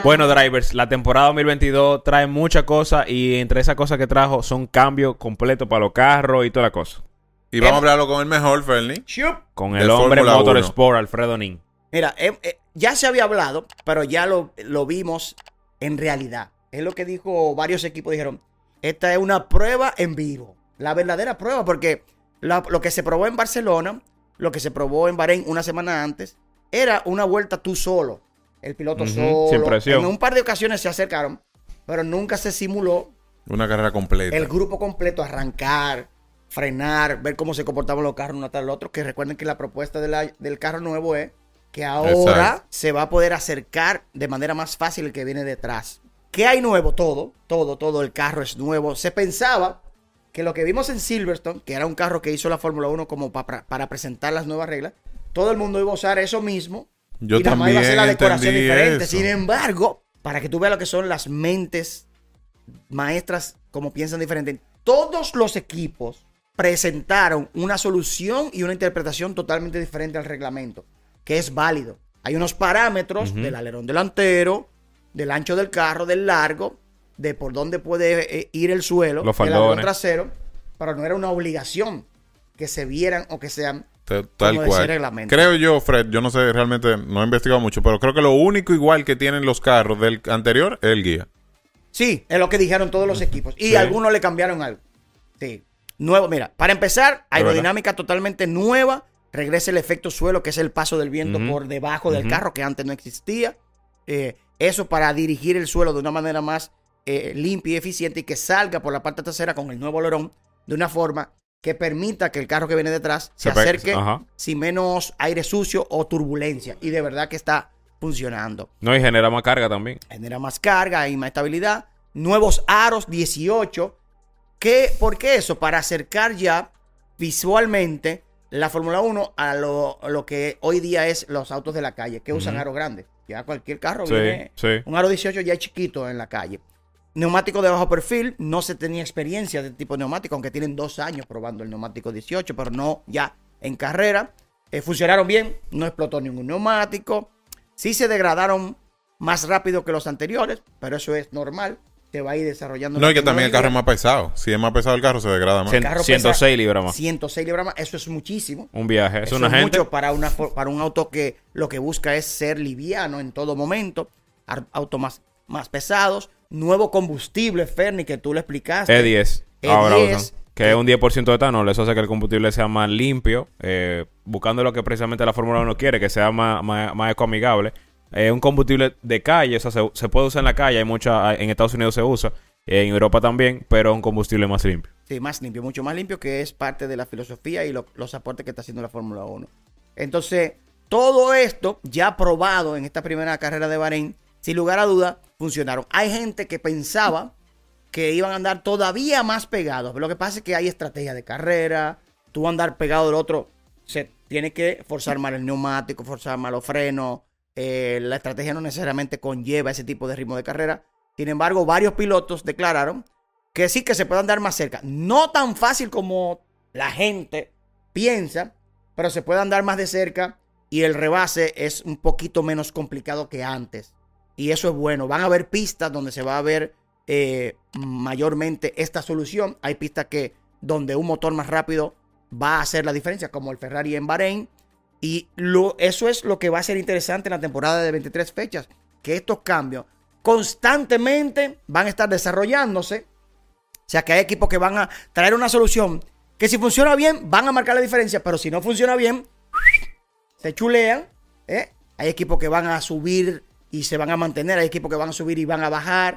Bueno, drivers, la temporada 2022 trae muchas cosas y entre esas cosas que trajo son cambios completos para los carros y toda la cosa. Y vamos a hablarlo con el mejor, Fernie. Con el hombre Fórmula Motorsport, Alfredo Nin. Mira, ya se había hablado, pero ya lo vimos en realidad. Es lo que dijo varios equipos. Dijeron, esta es una prueba en vivo. La verdadera prueba, porque lo que se probó en Barcelona, lo que se probó en Bahrein una semana antes, era una vuelta tú solo. El piloto solo. Sin presión. En un par de ocasiones se acercaron, pero nunca se simuló Una carrera completa. el grupo completo, arrancar, frenar, ver cómo se comportaban los carros uno tras el otro. Que recuerden que la propuesta del carro nuevo es que ahora se va a poder acercar de manera más fácil el que viene detrás. ¿Qué hay nuevo? Todo el carro es nuevo. Se pensaba que lo que vimos en Silverstone, que era un carro que hizo la Fórmula 1 como para presentar las nuevas reglas, todo el mundo iba a usar eso mismo. Yo y nada más iba a ser la decoración entendí diferente. eso. Sin embargo, para que tú veas lo que son las mentes maestras, como piensan diferente, todos los equipos presentaron una solución y una interpretación totalmente diferente al reglamento, que es válido. Hay unos parámetros del alerón delantero, del ancho del carro, del largo, de por dónde puede ir el suelo, Los del alerón faldones. trasero, pero no era una obligación que se vieran o que sean Tal como decía el cual. reglamento. Creo yo, Fred, yo no sé, realmente no he investigado mucho, pero creo que lo único igual que tienen los carros del anterior es el guía. Sí, es lo que dijeron todos los equipos. Y Sí. algunos le cambiaron algo. Sí. Nuevo, mira, para empezar, verdad. aerodinámica totalmente nueva. Regresa el efecto suelo, que es el paso del viento por debajo del carro, que antes no existía. Eso para dirigir el suelo de una manera más limpia y eficiente y que salga por la parte trasera con el nuevo alerón de una forma que permita que el carro que viene detrás se acerque sin menos aire sucio o turbulencia. Y de verdad que está funcionando. No, y genera más carga también. Genera más carga y más estabilidad. Nuevos aros 18. ¿Por qué eso? Para acercar ya visualmente la Fórmula 1 a lo que hoy día es los autos de la calle, que usan aros grandes. Ya cualquier carro viene. Un aro 18 ya es chiquito en la calle. Neumático de bajo perfil. No se tenía experiencia de tipo neumático, aunque tienen 2 años probando el neumático 18, pero no ya en carrera. Funcionaron bien. No explotó ningún neumático. Sí se degradaron más rápido que los anteriores, pero eso es normal. Te va a ir desarrollando. No, y que también el carro es más pesado. Si es más pesado el carro, se degrada más. El carro 106 pesa libras más. 106 libras más. Eso es muchísimo. Un viaje. Es Eso una es gente. mucho para un auto que lo que busca es ser liviano en todo momento. Autos más pesados. Nuevo combustible, Fernie, que tú le explicaste. E10. E10, Ahora usan. Que es un 10% de etanol. Eso hace que el combustible sea más limpio. Buscando lo que precisamente la Fórmula 1 quiere, que sea más ecoamigable. Un combustible de calle. O sea, se puede usar en la calle. En Estados Unidos se usa. En Europa también. Pero es un combustible más limpio. Sí, más limpio. Mucho más limpio, que es parte de la filosofía y los aportes que está haciendo la Fórmula 1. Entonces, todo esto ya probado en esta primera carrera de Bahrein, sin lugar a duda, funcionaron. Hay gente que pensaba que iban a andar todavía más pegados. Lo que pasa es que hay estrategia de carrera. Tú andar pegado del otro, se tiene que forzar mal el neumático, forzar mal los frenos. La estrategia no necesariamente conlleva ese tipo de ritmo de carrera. Sin embargo, varios pilotos declararon que sí, que se puede andar más cerca. No tan fácil como la gente piensa, pero se puede andar más de cerca y el rebase es un poquito menos complicado que antes. Y eso es bueno. Van a haber pistas donde se va a ver mayormente esta solución. Hay pistas donde un motor más rápido va a hacer la diferencia, como el Ferrari en Bahrein. Y eso es lo que va a ser interesante en la temporada de 23 fechas. Que estos cambios constantemente van a estar desarrollándose. O sea que hay equipos que van a traer una solución que si funciona bien van a marcar la diferencia. Pero si no funciona bien, se chulean. Hay equipos que van a subir y se van a mantener. Hay equipos que van a subir y van a bajar.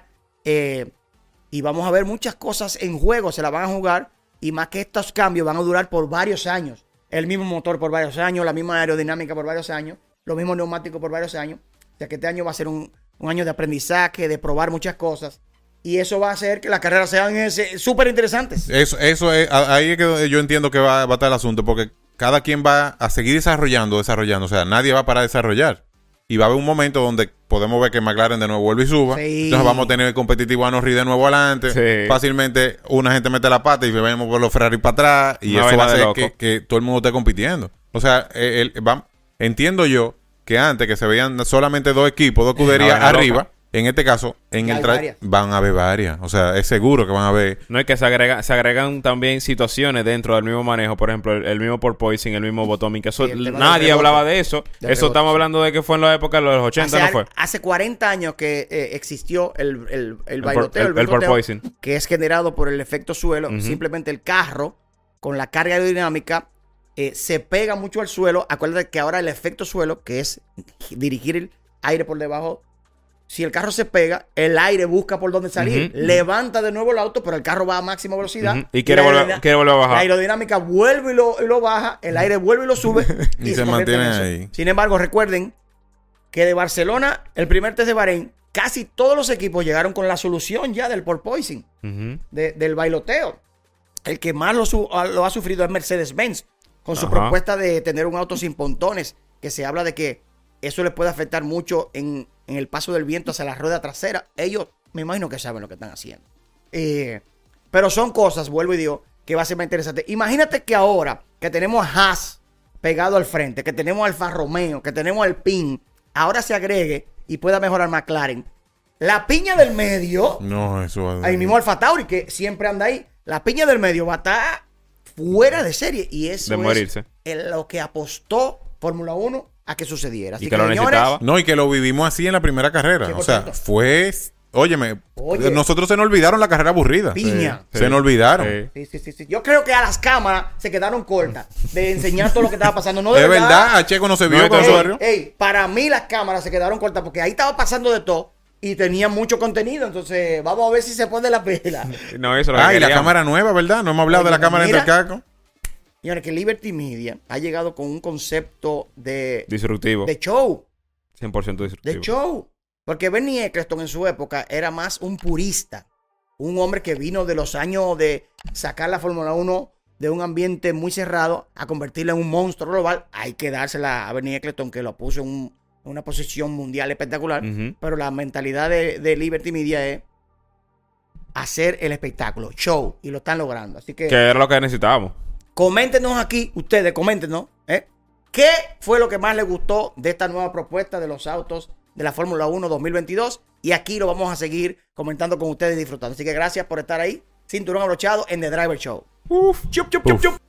Y vamos a ver muchas cosas en juego. Se la van a jugar. Y más que estos cambios van a durar por varios años. El mismo motor por varios años. La misma aerodinámica por varios años. Los mismos neumáticos por varios años. O sea que este año va a ser un año de aprendizaje, de probar muchas cosas. Y eso va a hacer que las carreras sean súper interesantes. Eso es, ahí es que yo entiendo que va a estar el asunto. Porque cada quien va a seguir desarrollando. O sea, nadie va a parar de desarrollar. Y va a haber un momento donde podemos ver que McLaren de nuevo vuelve y suba. Sí. Entonces vamos a tener el competitivo a Norris de nuevo adelante. Sí. Fácilmente una gente mete la pata y vemos por los Ferrari para atrás. Y Una eso va a vaina de hacer loco. que todo el mundo esté compitiendo. O sea, entiendo yo que antes que se veían solamente dos equipos, dos escuderías vaina arriba, loca. En este caso, en Ya el hay varias. van a haber varias. O sea, es seguro que van a haber. No es que se agregan también situaciones dentro del mismo manejo. Por ejemplo, el mismo porpoising, el mismo bottoming. Que eso, Sí, el tema del nadie rebote. hablaba de eso. Del Eso rebote, estamos sí. hablando de que fue en la época de los 80, ¿no fue? Hace 40 años que existió el bailoteo, el bigoteo, porpoising. que es generado por el efecto suelo. Ujú. Simplemente el carro, con la carga aerodinámica, se pega mucho al suelo. Acuérdate que ahora el efecto suelo, que es dirigir el aire por debajo, si el carro se pega, el aire busca por dónde salir, Ujú. levanta de nuevo el auto, pero el carro va a máxima velocidad. Ujú. Y quiere la volver a La bajar. aerodinámica vuelve y lo baja, el aire vuelve y lo sube Y se convierte en mantiene eso. ahí. Sin embargo, recuerden que de Barcelona, el primer test de Bahrein, casi todos los equipos llegaron con la solución ya del porpoising, Ujú. del bailoteo. El que más lo ha sufrido es Mercedes-Benz, con su Ajá. propuesta de tener un auto sin pontones, que se habla de que eso le puede afectar mucho en el paso del viento hacia la rueda trasera. Ellos, me imagino que saben lo que están haciendo. Pero son cosas, vuelvo y digo, que va a ser más interesante. Imagínate que ahora que tenemos a Haas pegado al frente, que tenemos a Alfa Romeo, que tenemos al PIN, ahora se agregue y pueda mejorar McLaren. La piña del medio, No, eso va a ahí mismo Alfa Tauri, que siempre anda ahí, la piña del medio va a estar fuera de serie. Y eso De morirse. es lo que apostó Fórmula 1 a que sucediera. Así Y que lo señores, necesitaba. No, y que lo vivimos así en la primera carrera. O sea, 100%. fue. Óyeme, Oye. nosotros se nos olvidaron la carrera aburrida. Piña. Sí. Se nos olvidaron. Sí. Sí. Yo creo que a las cámaras se quedaron cortas de enseñar todo lo que estaba pasando. No, de Es verdad, a Checo no se vio No, con entonces- su barrio. Ey, para mí las cámaras se quedaron cortas porque ahí estaba pasando de todo y tenía mucho contenido. Entonces, vamos a ver si se pone la pila. No, eso es lo que Ah, y la queríamos. cámara nueva, ¿verdad? No hemos hablado de la Oye, cámara mira. intercargo. Señores, que Liberty Media ha llegado con un concepto de Disruptivo. show. 100% disruptivo. De show. Porque Bernie Eccleston en su época era más un purista. Un hombre que vino de los años de sacar la Fórmula 1 de un ambiente muy cerrado a convertirla en un monstruo global. Hay que dársela a Bernie Eccleston, que lo puso en una posición mundial espectacular. Ujú. Pero la mentalidad de Liberty Media es hacer el espectáculo, show. Y lo están logrando. Así que Que era lo que necesitábamos. coméntenos aquí, ustedes, coméntenos, ¿qué fue lo que más les gustó de esta nueva propuesta de los autos de la Fórmula 1 2022? Y aquí lo vamos a seguir comentando con ustedes y disfrutando. Así que gracias por estar ahí. Cinturón abrochado en The Driver Show. Chup, chup, chup, chup.